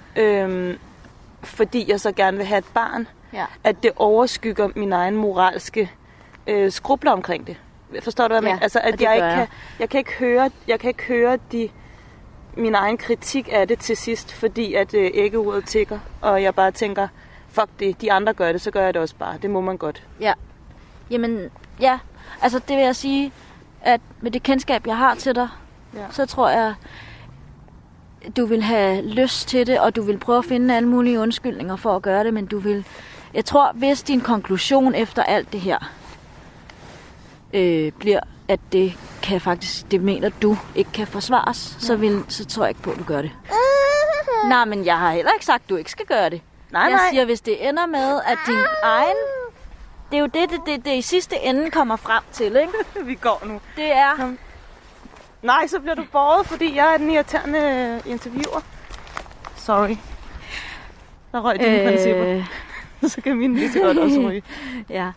fordi jeg så gerne vil have et barn. Ja. At det overskygger min egen moralske skrubler omkring det. Forstår du, hvad jeg mener? Altså, at jeg kan ikke høre min egen kritik af det til sidst, fordi at æggeuret tikker, og jeg bare tænker, fuck det, de andre gør det, så gør jeg det også bare. Det må man godt. Ja. Jamen, ja. Altså, det vil jeg sige, at med det kendskab, jeg har til dig, så tror jeg, du vil have lyst til det, og du vil prøve at finde alle mulige undskyldninger for at gøre det, men du vil... Jeg tror, hvis din konklusion efter alt det her bliver, at det mener du ikke kan forsvares, så tror jeg ikke på, at du gør det. Nej, men jeg har heller ikke sagt, at du ikke skal gøre det. Jeg siger, hvis det ender med, at din egen... Det er jo det i sidste ende kommer frem til, ikke? Vi går nu. Det er... Nej, så bliver du båret, fordi jeg er den irriterende interviewer. Sorry. Der røg dine principper. Så kan mine lige så godt også ryge. Ja.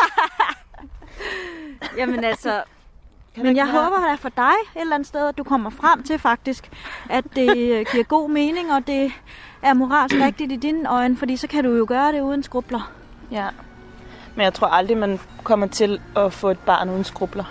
Jamen altså... Men jeg håber da for dig et eller andet sted, at du kommer frem til faktisk, at det giver god mening, og det er moralsk rigtigt i dine øjne, fordi så kan du jo gøre det uden skrubler. Ja. Men jeg tror aldrig, man kommer til at få et barn uden skrubler.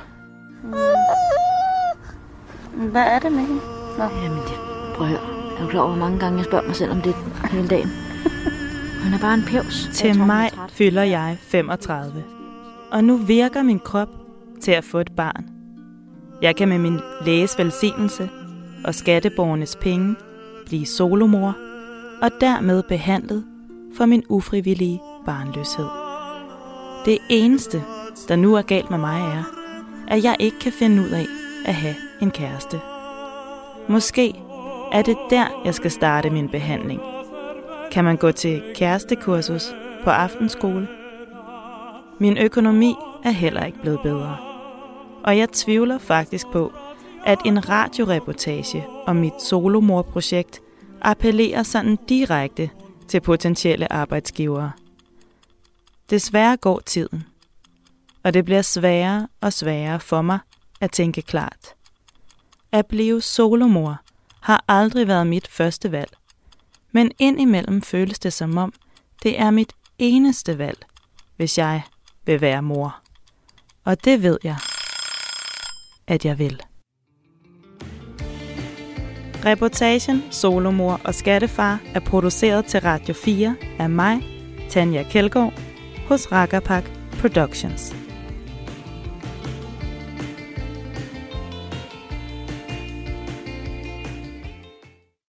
Hvad er det med hende? Jamen, prøv at høre. Er du klar over, hvor mange gange jeg spørger mig selv om det hele dagen? Hun er bare en pævs. Til maj fylder jeg 35. Og nu virker min krop til at få et barn. Jeg kan med min læges velsignelse og skatteborgernes penge blive solomor og dermed behandlet for min ufrivillige barnløshed. Det eneste, der nu er galt med mig, er, at jeg ikke kan finde ud af at have en kæreste. Måske er det der, jeg skal starte min behandling. Kan man gå til kærestekursus på aftenskole? Min økonomi er heller ikke blevet bedre. Og jeg tvivler faktisk på, at en radioreportage om mit solomor-projekt appellerer sådan direkte til potentielle arbejdsgivere. Desværre går tiden, og det bliver sværere og sværere for mig at tænke klart. At blive solomor har aldrig været mit første valg, men indimellem føles det som om, det er mit eneste valg, hvis jeg vil være mor. Og det ved jeg, at jeg vil. Reportagen Solomor og Skattefar er produceret til Radio 4 af mig, Tanja Kjeldgaard, hos Rakkerpak Productions.